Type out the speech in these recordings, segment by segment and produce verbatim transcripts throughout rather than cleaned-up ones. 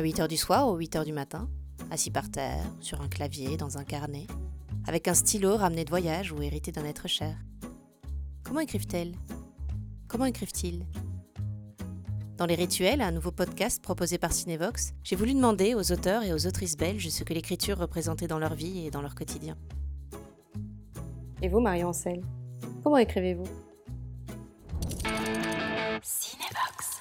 huit heures du soir ou huit heures du matin, assis par terre, sur un clavier, dans un carnet, avec un stylo ramené de voyage ou hérité d'un être cher. Comment écrivent-elles ? Comment écrivent-ils ? Dans Les Rituels, un nouveau podcast proposé par Cinevox, j'ai voulu demander aux auteurs et aux autrices belges ce que l'écriture représentait dans leur vie et dans leur quotidien. Et vous, Marion Ancel, comment écrivez-vous ? Cinevox.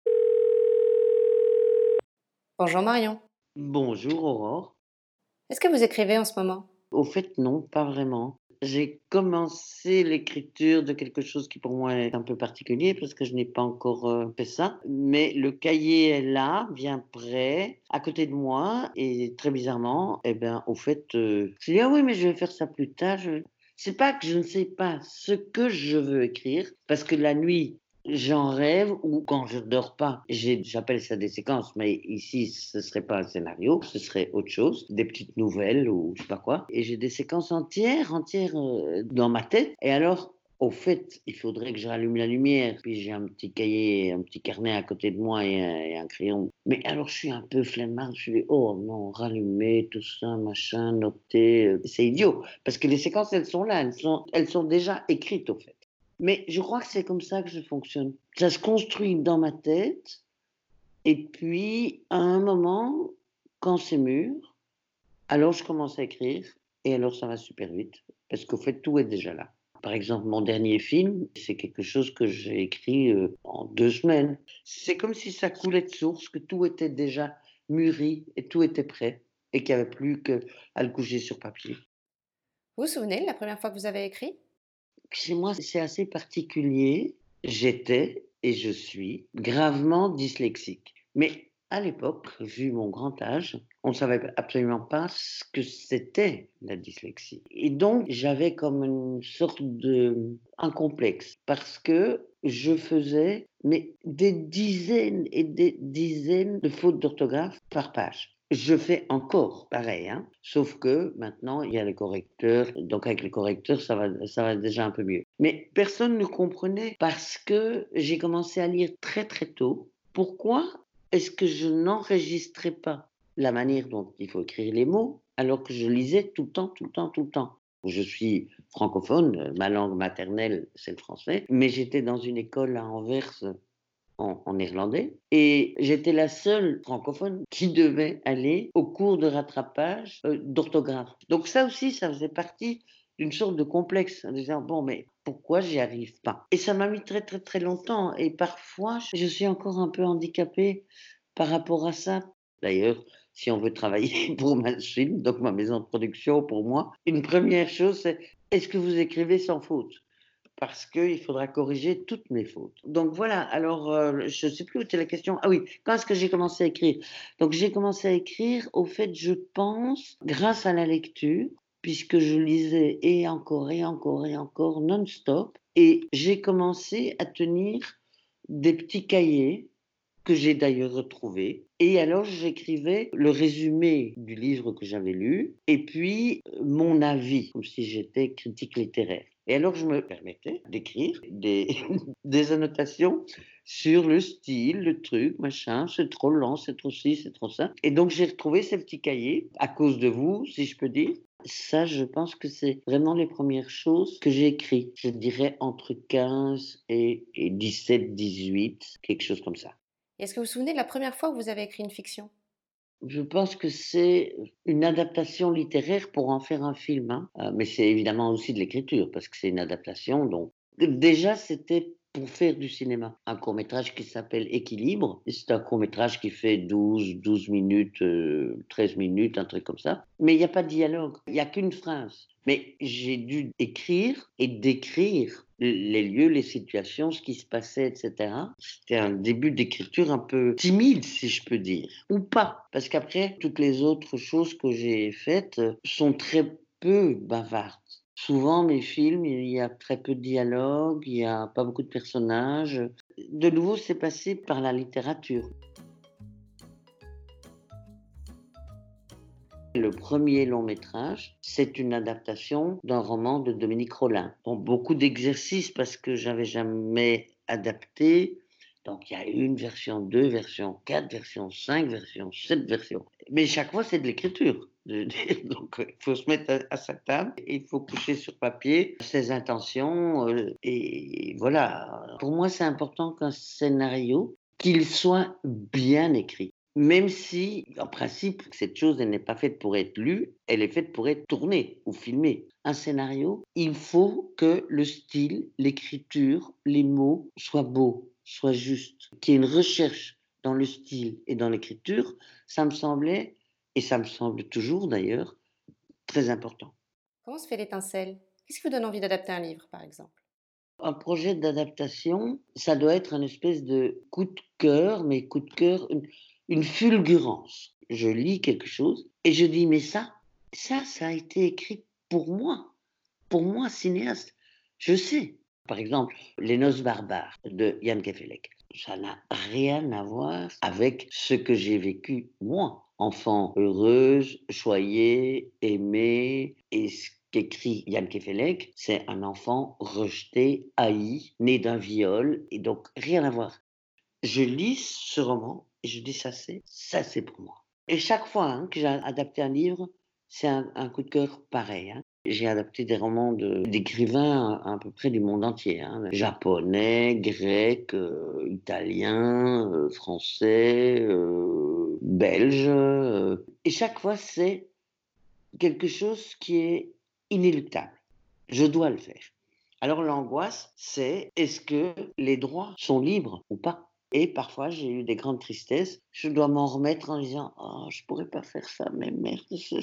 Bonjour Marion. Bonjour Aurore. Est-ce que vous écrivez en ce moment ? Au fait, non, pas vraiment. J'ai commencé l'écriture de quelque chose qui pour moi est un peu particulier parce que je n'ai pas encore euh, fait ça. Mais le cahier est là, bien prêt, à côté de moi. Et très bizarrement, eh ben, au fait, euh, je dis ah oui, mais je vais faire ça plus tard. Je... C'est pas que je ne sais pas ce que je veux écrire parce que la nuit, j'en rêve ou quand je dors pas, j'ai, j'appelle ça des séquences, mais ici ce serait pas un scénario, ce serait autre chose, des petites nouvelles ou je sais pas quoi. Et j'ai des séquences entières, entières euh, dans ma tête. Et alors, au fait, il faudrait que je rallume la lumière. Puis j'ai un petit cahier, un petit carnet à côté de moi et un, et un crayon. Mais alors je suis un peu flemmard. Je dis oh non, rallumer tout ça, machin, noter, euh, c'est idiot parce que les séquences elles sont là, elles sont, elles sont déjà écrites au fait. Mais je crois que c'est comme ça que je fonctionne. Ça se construit dans ma tête, et puis à un moment, quand c'est mûr, alors je commence à écrire, et alors ça va super vite, parce qu'au fait, tout est déjà là. Par exemple, mon dernier film, c'est quelque chose que j'ai écrit euh, en deux semaines. C'est comme si ça coulait de source, que tout était déjà mûri, et tout était prêt, et qu'il n'y avait plus qu'à le coucher sur papier. Vous vous souvenez de la première fois que vous avez écrit ? Chez moi, c'est assez particulier. J'étais et je suis gravement dyslexique. Mais à l'époque, vu mon grand âge, on ne savait absolument pas ce que c'était la dyslexie. Et donc, j'avais comme une sorte de un complexe parce que je faisais mais des dizaines et des dizaines de fautes d'orthographe par page. Je fais encore pareil, hein, sauf que maintenant il y a les correcteurs, donc avec les correcteurs ça va, ça va déjà un peu mieux. Mais personne ne comprenait parce que j'ai commencé à lire très très tôt. Pourquoi est-ce que je n'enregistrais pas la manière dont il faut écrire les mots alors que je lisais tout le temps, tout le temps, tout le temps? Je suis francophone, ma langue maternelle c'est le français, mais j'étais dans une école à Anvers en, en néerlandais. Et j'étais la seule francophone qui devait aller au cours de rattrapage euh, d'orthographe. Donc ça aussi, ça faisait partie d'une sorte de complexe, en disant, bon, mais pourquoi j'y arrive pas? Et ça m'a mis très, très, très longtemps. Et parfois, je suis encore un peu handicapée par rapport à ça. D'ailleurs, si on veut travailler pour ma film, donc ma maison de production, pour moi, une première chose, c'est est-ce que vous écrivez sans faute? Parce qu'il faudra corriger toutes mes fautes. Donc voilà, alors euh, je ne sais plus où était la question. Ah oui, quand est-ce que j'ai commencé à écrire? Donc j'ai commencé à écrire, au fait, je pense, grâce à la lecture, puisque je lisais et encore et encore et encore non-stop. Et j'ai commencé à tenir des petits cahiers que j'ai d'ailleurs retrouvés. Et alors j'écrivais le résumé du livre que j'avais lu et puis euh, mon avis, comme si j'étais critique littéraire. Et alors je me permettais d'écrire des, des annotations sur le style, le truc, machin, c'est trop lent, c'est trop ci, c'est trop ça. Et donc j'ai retrouvé ces petits cahiers, à cause de vous, si je peux dire. Ça, je pense que c'est vraiment les premières choses que j'ai écrites. Je dirais entre quinze et, et dix-sept, dix-huit, quelque chose comme ça. Est-ce que vous vous souvenez de la première fois que vous avez écrit une fiction ? Je pense que c'est une adaptation littéraire pour en faire un film, hein. Euh, mais c'est évidemment aussi de l'écriture, parce que c'est une adaptation. Donc, déjà, c'était pour faire du cinéma. Un court-métrage qui s'appelle Équilibre. Et c'est un court-métrage qui fait douze, douze minutes, euh, treize minutes, un truc comme ça. Mais il n'y a pas de dialogue. Il n'y a qu'une phrase. Mais j'ai dû écrire et décrire les lieux, les situations, ce qui se passait, et cetera. C'était un début d'écriture un peu timide, si je peux dire. Ou pas. Parce qu'après, toutes les autres choses que j'ai faites sont très peu bavardes. Souvent, mes films, il y a très peu de dialogue, il n'y a pas beaucoup de personnages. De nouveau, c'est passé par la littérature. Le premier long métrage, c'est une adaptation d'un roman de Dominique Rollin. Bon, beaucoup d'exercices parce que j'avais jamais adapté Donc il y a une version, deux versions, quatre versions, cinq versions, sept versions. Mais chaque fois, c'est de l'écriture. De- de- Donc il faut se mettre à, à sa table, il faut coucher sur papier ses intentions. euh, et voilà. Pour moi, c'est important qu'un scénario, qu'il soit bien écrit. Même si, en principe, cette chose, elle n'est pas faite pour être lue, elle est faite pour être tournée ou filmée. Un scénario, il faut que le style, l'écriture, les mots soient beaux, soient justes, qu'il y ait une recherche dans le style et dans l'écriture. Ça me semblait, et ça me semble toujours d'ailleurs, très important. Comment se fait l'étincelle? Qu'est-ce qui vous donne envie d'adapter un livre, par exemple? Un projet d'adaptation, ça doit être un espèce de coup de cœur, mais coup de cœur, une, une fulgurance. Je lis quelque chose et je dis, mais ça, ça, ça a été écrit pour moi, pour moi, cinéaste. Je sais. Par exemple, Les Noces barbares de Yann Kefelec. Ça n'a rien à voir avec ce que j'ai vécu moi. Enfant heureuse, choyée, aimée, et ce qu'écrit Yann Kefelec, c'est un enfant rejeté, haï, né d'un viol, et donc rien à voir. Je lis ce roman et je dis ça c'est, ça c'est pour moi. Et chaque fois hein, que j'ai adapté un livre, c'est un, un coup de cœur pareil. Hein. J'ai adapté des romans de, d'écrivains à, à peu près du monde entier. Hein. Japonais, grec, euh, italien, euh, français, euh, belge. euh. Et chaque fois, c'est quelque chose qui est inéluctable. Je dois le faire. Alors l'angoisse, c'est est-ce que les droits sont libres ou pas? Et parfois, j'ai eu des grandes tristesses. Je dois m'en remettre en disant oh, je pourrais pas faire ça, mais merde,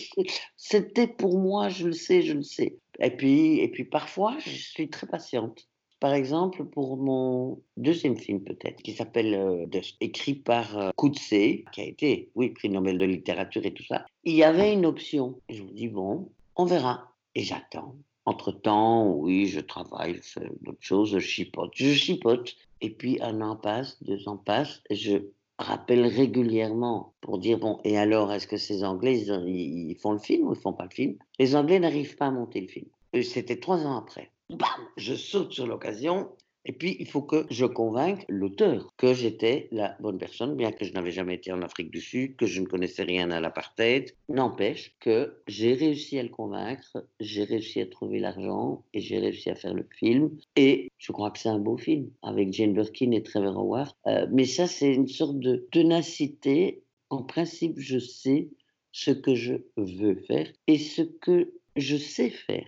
c'était pour moi, je le sais, je le sais. Et puis, et puis parfois, je suis très patiente. Par exemple, pour mon deuxième film peut-être, qui s'appelle euh, Dust, écrit par euh, Coetzee, qui a été, oui, prix Nobel de littérature et tout ça, il y avait une option. Et je me dis, bon, on verra. Et j'attends. Entre-temps, oui, je travaille, je fais d'autres choses, je chipote, je chipote. Et puis un an passe, deux ans passent, et je rappelle régulièrement pour dire, bon, et alors, est-ce que ces Anglais, ils, ils font le film ou ils font pas le film? Les Anglais n'arrivent pas à monter le film. Et c'était trois ans après. Bam, je saute sur l'occasion. Et puis, il faut que je convainque l'auteur que j'étais la bonne personne, bien que je n'avais jamais été en Afrique du Sud, que je ne connaissais rien à l'apartheid. N'empêche que j'ai réussi à le convaincre, j'ai réussi à trouver l'argent et j'ai réussi à faire le film. Et je crois que c'est un beau film, avec Jane Birkin et Trevor Howard. Euh, mais ça, c'est une sorte de ténacité. En principe, je sais ce que je veux faire et ce que je sais faire.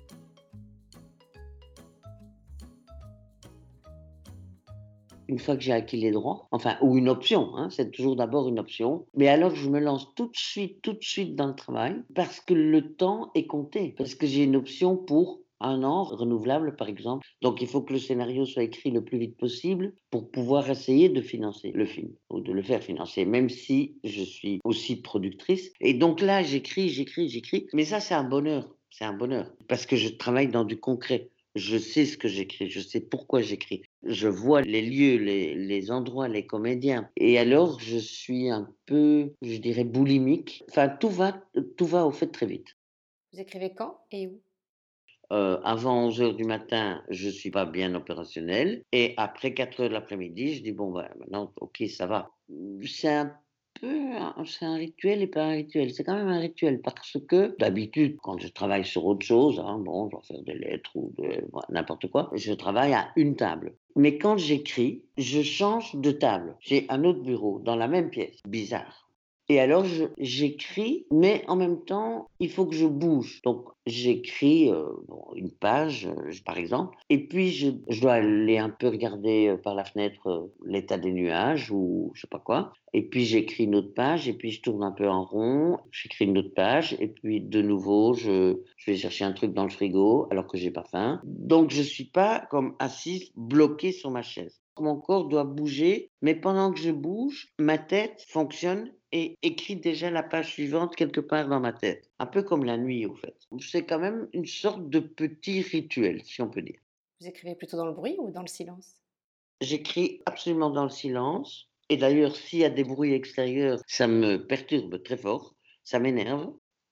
Une fois que j'ai acquis les droits, enfin, ou une option, hein, c'est toujours d'abord une option, mais alors je me lance tout de suite, tout de suite dans le travail, parce que le temps est compté, parce que j'ai une option pour un an renouvelable, par exemple. Donc il faut que le scénario soit écrit le plus vite possible pour pouvoir essayer de financer le film, ou de le faire financer, même si je suis aussi productrice. Et donc là, j'écris, j'écris, j'écris, mais ça, c'est un bonheur, c'est un bonheur, parce que je travaille dans du concret. Je sais ce que j'écris, je sais pourquoi j'écris. Je vois les lieux, les, les endroits, les comédiens. Et alors, je suis un peu, je dirais, boulimique. Enfin, tout va, tout va au fait très vite. Vous écrivez quand et où? Euh, avant onze heures du matin, je suis pas bien opérationnel. Et après quatre heures de l'après-midi, je dis, bon, bah, maintenant, ok, ça va. C'est un peu, un- c'est un rituel et pas un rituel. C'est quand même un rituel parce que d'habitude, quand je travaille sur autre chose, hein, bon, je vais faire des lettres ou de, voilà, n'importe quoi, je travaille à une table. Mais quand j'écris, je change de table. J'ai un autre bureau dans la même pièce. Bizarre. Et alors, je- j'écris, mais en même temps, il faut que je bouge. Donc, j'écris euh, bon, une page, euh, par exemple, et puis je, je dois aller un peu regarder euh, par la fenêtre euh, l'état des nuages ou je sais pas quoi. Et puis, j'écris une autre page, et puis je tourne un peu en rond, j'écris une autre page, et puis de nouveau, je, je vais chercher un truc dans le frigo alors que j'ai pas faim. Donc, je suis pas comme assise, bloquée sur ma chaise. Mon corps doit bouger, mais pendant que je bouge, ma tête fonctionne et écrit déjà la page suivante quelque part dans ma tête. Un peu comme la nuit, au fait. C'est quand même une sorte de petit rituel, si on peut dire. Vous écrivez plutôt dans le bruit ou dans le silence? J'écris absolument dans le silence. Et d'ailleurs, s'il y a des bruits extérieurs, ça me perturbe très fort. Ça m'énerve.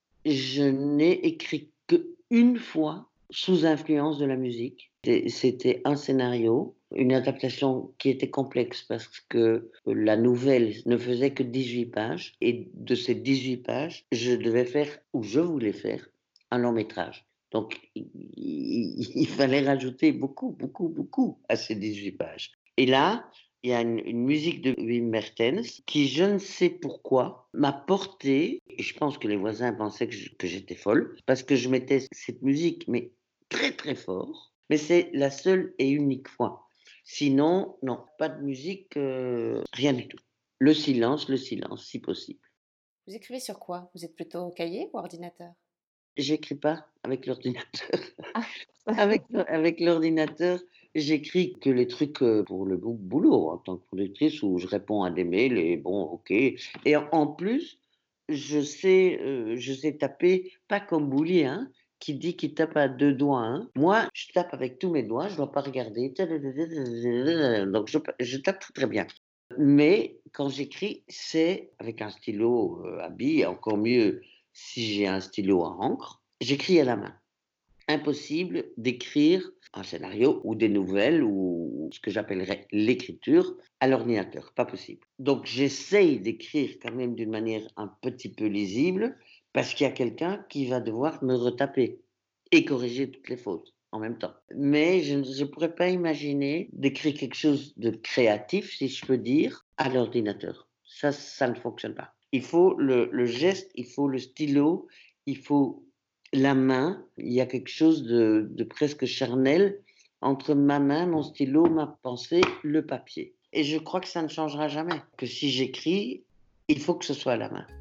Je n'ai écrit qu'une fois sous influence de la musique. Et c'était un scénario Une adaptation qui était complexe parce que la nouvelle ne faisait que dix-huit pages et de ces dix-huit pages, je devais faire ou je voulais faire un long métrage. Donc il il il fallait rajouter beaucoup, beaucoup, beaucoup à ces dix-huit pages. Et là, il y a une une musique de Wim Mertens qui, je ne sais pourquoi, m'a porté et je pense que les voisins pensaient que je que j'étais folle parce que je mettais cette musique, mais très, très fort. Mais c'est la seule et unique fois. Sinon, non, pas de musique, heu, rien du tout. Le silence, le silence, si possible. Vous écrivez sur quoi? Vous êtes plutôt cahier ou ordinateur? J'écris pas avec l'ordinateur. Ah! Avec avec l'ordinateur, j'écris que les trucs, heu, pour le bou boulot en tant que productrice où je réponds à des mails et bon, OK. Et en en plus, je sais, heu, je sais taper pas comme Boulier, hein, qui dit qu'il tape à deux doigts, hein. Moi, je tape avec tous mes doigts, je dois pas regarder. Donc je je tape très, très bien. Mais quand j'écris, c'est avec un stylo, heu, à billes, encore mieux si j'ai un stylo à encre. J'écris à la main. Impossible d'écrire un scénario ou des nouvelles ou ce que j'appellerais l'écriture à l'ordinateur, pas possible. Donc j'essaye d'écrire quand même d'une manière un petit peu lisible parce qu'il y a quelqu'un qui va devoir me retaper et corriger toutes les fautes en même temps. Mais je ne pourrais pas imaginer d'écrire quelque chose de créatif, si je peux dire, à l'ordinateur. Ça, ça ne fonctionne pas. Il faut le le geste, il faut le stylo, il faut la main. Il y a quelque chose de de presque charnel entre ma main, mon stylo, ma pensée, le papier. Et je crois que ça ne changera jamais, que si j'écris, il faut que ce soit à la main.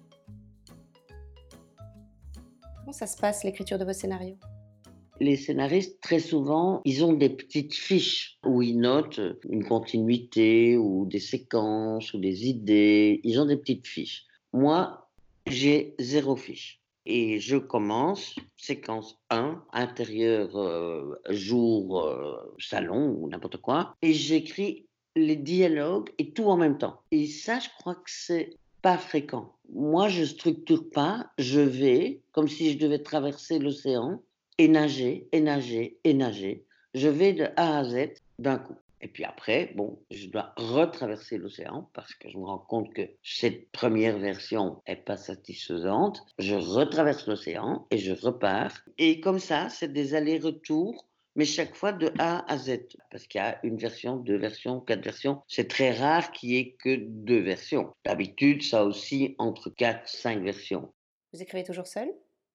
Comment ça se passe l'écriture de vos scénarios? Les scénaristes, très souvent, ils ont des petites fiches où ils notent une continuité ou des séquences ou des idées. Ils ont des petites fiches. Moi, j'ai zéro fiche et je commence séquence un, intérieur, heu, jour, heu, salon ou n'importe quoi et j'écris les dialogues et tout en même temps et ça, je crois que c'est pas fréquent. Moi, je structure pas, je vais comme si je devais traverser l'océan et nager, et nager, et nager. Je vais de A à Z d'un coup. Et puis après, bon, je dois retraverser l'océan parce que je me rends compte que cette première version est pas satisfaisante. Je retraverse l'océan et je repars. Et comme ça, c'est des allers-retours, mais chaque fois de A à Z. Parce qu'il y a une version, deux versions, quatre versions. C'est très rare qu'il y ait que deux versions. D'habitude, ça aussi entre quatre, cinq versions. Vous écrivez toujours seul?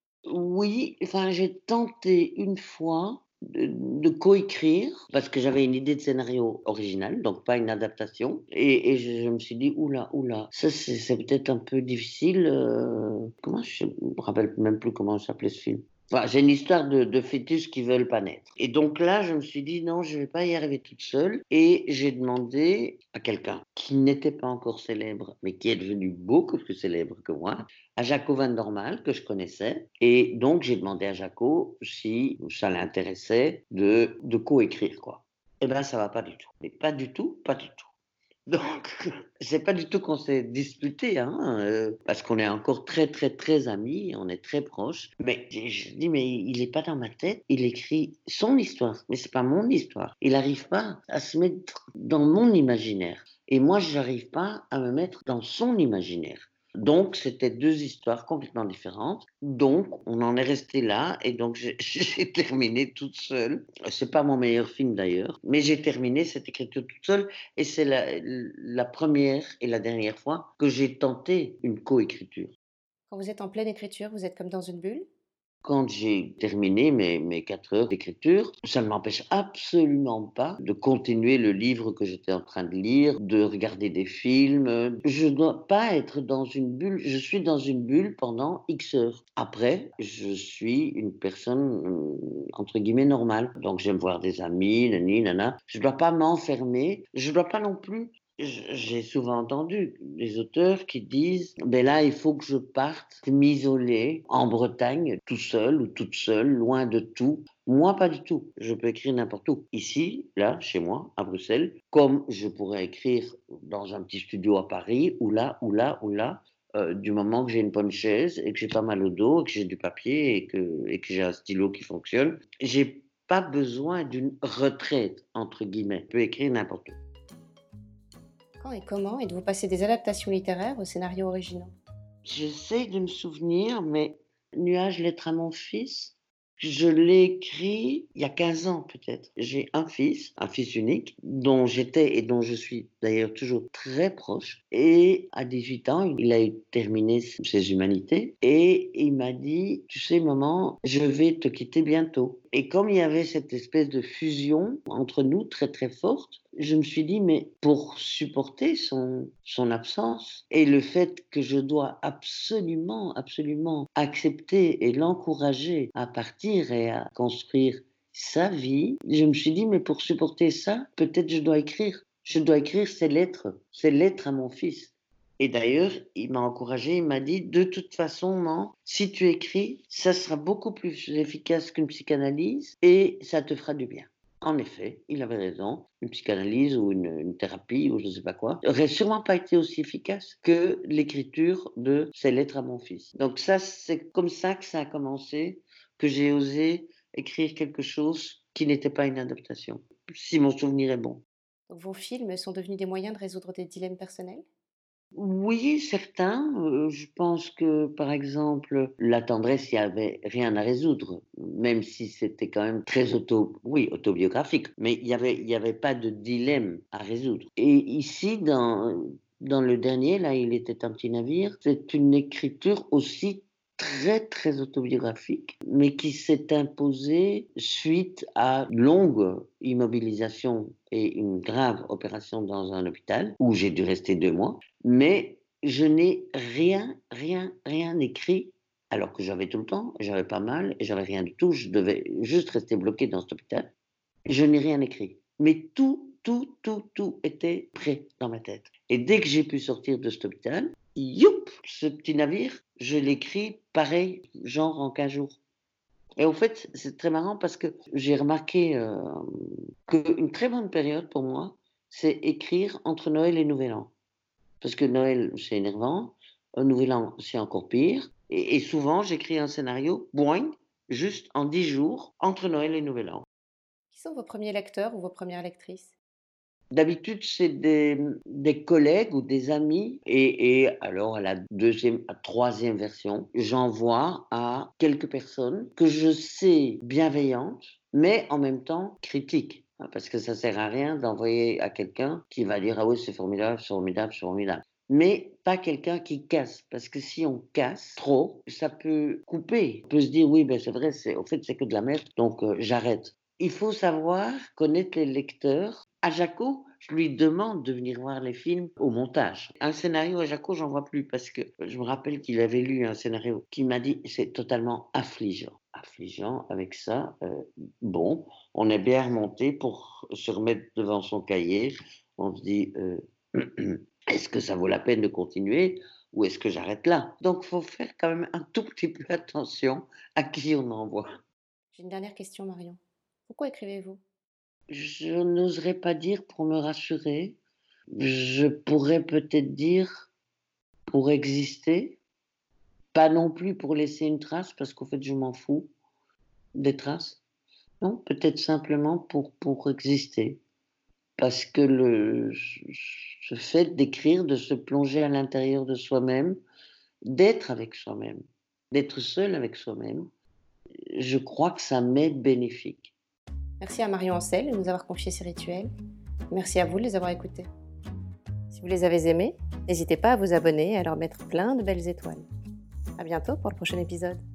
Oui, enfin, j'ai tenté une fois de de coécrire parce que j'avais une idée de scénario original, donc pas une adaptation et et je je me suis dit: «Ouh là, ouh là, ça c'est c'est peut-être un peu difficile», heu, comment je me rappelle même plus comment s'appelait ce film. Enfin, c'est une histoire de de fœtus qui veulent pas naître et donc là, je me suis dit: «Non, je vais pas y arriver toute seule» et j'ai demandé à quelqu'un qui n'était pas encore célèbre, mais qui est devenu beaucoup plus célèbre que moi, à Jaco van Dormael, que je connaissais. Et donc, j'ai demandé à Jaco si ça l'intéressait de, de coécrire, quoi. Eh bien, ça va pas du tout. Mais pas du tout, pas du tout. Donc, c'est pas du tout qu'on s'est disputé, hein, euh, parce qu'on est encore très, très, très amis, on est très proches. Mais j'ai je dis, mais il est pas dans ma tête, il écrit son histoire, mais c'est pas mon histoire. Il n'arrive pas à se mettre dans mon imaginaire. Et moi, je n'arrive pas à me mettre dans son imaginaire. Donc, c'était deux histoires complètement différentes. Donc, on en est resté là et donc j'ai j'ai terminé toute seule. C'est pas mon meilleur film d'ailleurs, mais j'ai terminé cette écriture toute seule et c'est la la première et la dernière fois que j'ai tenté une coécriture. Quand vous êtes en pleine écriture, vous êtes comme dans une bulle? Quand j'ai terminé mes mes quatre heures d'écriture, ça ne m'empêche absolument pas de continuer le livre que j'étais en train de lire, de regarder des films, je dois pas être dans une bulle, je suis dans une bulle pendant X heures. Après, je suis une personne, mmh, entre guillemets «normale», donc j'aime voir des amis, nani nana. Je dois pas m'enfermer, je dois pas non plus J j'ai souvent entendu des auteurs qui disent: ben là, il faut que je parte m'isoler en Bretagne, tout seul ou toute seule, loin de tout». Moi, pas du tout. Je peux écrire n'importe où. Ici, là, chez moi, à Bruxelles, comme je pourrais écrire dans un petit studio à Paris ou là, ou là, ou là, heu, du moment que j'ai une bonne chaise et que j'ai pas mal au dos et que j'ai du papier et que et que j'ai un stylo qui fonctionne. J'ai pas besoin d'une «retraite» entre guillemets. Je peux écrire n'importe où. Quand et comment êtes-vous passé des adaptations littéraires aux scénarios originaux? J'essaie de me souvenir, mais Nuages, lettre à mon fils, je l'ai écrit il y a quinze ans peut-être. J'ai un fils, un fils unique, dont j'étais et dont je suis d'ailleurs toujours très proche. Et à dix-huit ans, il a eu terminé ses humanités et il m'a dit: «Tu sais maman, je vais te quitter bientôt». Et comme il y avait cette espèce de fusion entre nous très, très forte, je me suis dit: «Mais pour supporter son son absence et le fait que je dois absolument, absolument accepter et l'encourager à partir et à construire sa vie», je me suis dit: «Mais pour supporter ça, peut-être je dois écrire. Je dois écrire ces lettres, ces lettres à mon fils». Et d'ailleurs, il m'a encouragée, il m'a dit: «De toute façon, man, si tu écris, ça sera beaucoup plus efficace qu'une psychanalyse et ça te fera du bien». En effet, il avait raison, une psychanalyse ou une une thérapie ou je ne sais pas quoi, aurait sûrement pas été aussi efficace que l'écriture de ces lettres à mon fils. Donc ça, c'est comme ça que ça a commencé, que j'ai osé écrire quelque chose qui n'était pas une adaptation, si mon souvenir est bon. Donc vos films sont devenus des moyens de résoudre des dilemmes personnels? Oui, certains, heu, je pense que, par exemple, la tendresse, il y avait rien à résoudre, même si c'était quand même très auto oui, autobiographique, mais il y avait il y avait pas de dilemme à résoudre. Et ici, dans dans le dernier, là, Il était un petit navire, c'est une écriture aussi très, très autobiographique, mais qui s'est imposée suite à une longue immobilisation et une grave opération dans un hôpital où j'ai dû rester deux mois. Mais je n'ai rien, rien, rien écrit, alors que j'avais tout le temps, j'avais pas mal et j'avais rien du tout. Je devais juste rester bloqué dans cet hôpital. Je n'ai rien écrit. Mais tout, tout, tout, tout était prêt dans ma tête. Et dès que j'ai pu sortir de cet hôpital, youp, ce petit navire, je l'écris pareil, genre en quinze jours. Et au fait, c'est très marrant parce que j'ai remarqué euh, qu'une très bonne période pour moi, c'est écrire entre Noël et Nouvel An. Parce que Noël, c'est énervant, un Nouvel An, c'est encore pire. Et, et souvent, j'écris un scénario, boing, juste en dix jours, entre Noël et Nouvel An. Qui sont vos premiers lecteurs ou vos premières lectrices? D'habitude, c'est des, des collègues ou des amis. Et, et alors, à la deuxième, à troisième version, j'envoie à quelques personnes que je sais bienveillantes, mais en même temps critiques. Hein, parce que ça sert à rien d'envoyer à quelqu'un qui va dire: «Ah oui, c'est formidable, c'est formidable, c'est formidable». Mais pas quelqu'un qui casse, parce que si on casse trop, ça peut couper. On peut se dire: «Oui, ben c'est vrai, c'est, au fait, c'est que de la merde, donc euh, j'arrête». Il faut savoir connaître les lecteurs. À Jaco, je lui demande de venir voir les films au montage. Un scénario à Jaco, j'en vois plus parce que je me rappelle qu'il avait lu un scénario qui m'a dit: «C'est totalement affligeant». Affligeant avec ça, heu, bon, on est bien remonté pour se remettre devant son cahier. On se dit: «Heu, est-ce que ça vaut la peine de continuer ou est-ce que j'arrête là?» Donc faut faire quand même un tout petit peu attention à qui on envoie. J'ai une dernière question, Marion. Pourquoi écrivez-vous? Je n'oserais pas dire pour me rassurer. Je pourrais peut-être dire pour exister, pas non plus pour laisser une trace parce qu'au fait je m'en fous des traces. Non, peut-être simplement pour pour exister. Parce que le ce fait d'écrire, de se plonger à l'intérieur de soi-même, d'être avec soi-même, d'être seul avec soi-même, je crois que ça m'est bénéfique. Merci à Marion Ancel de nous avoir confié ces rituels. Merci à vous de les avoir écoutés. Si vous les avez aimés, n'hésitez pas à vous abonner et à leur mettre plein de belles étoiles. À bientôt pour le prochain épisode.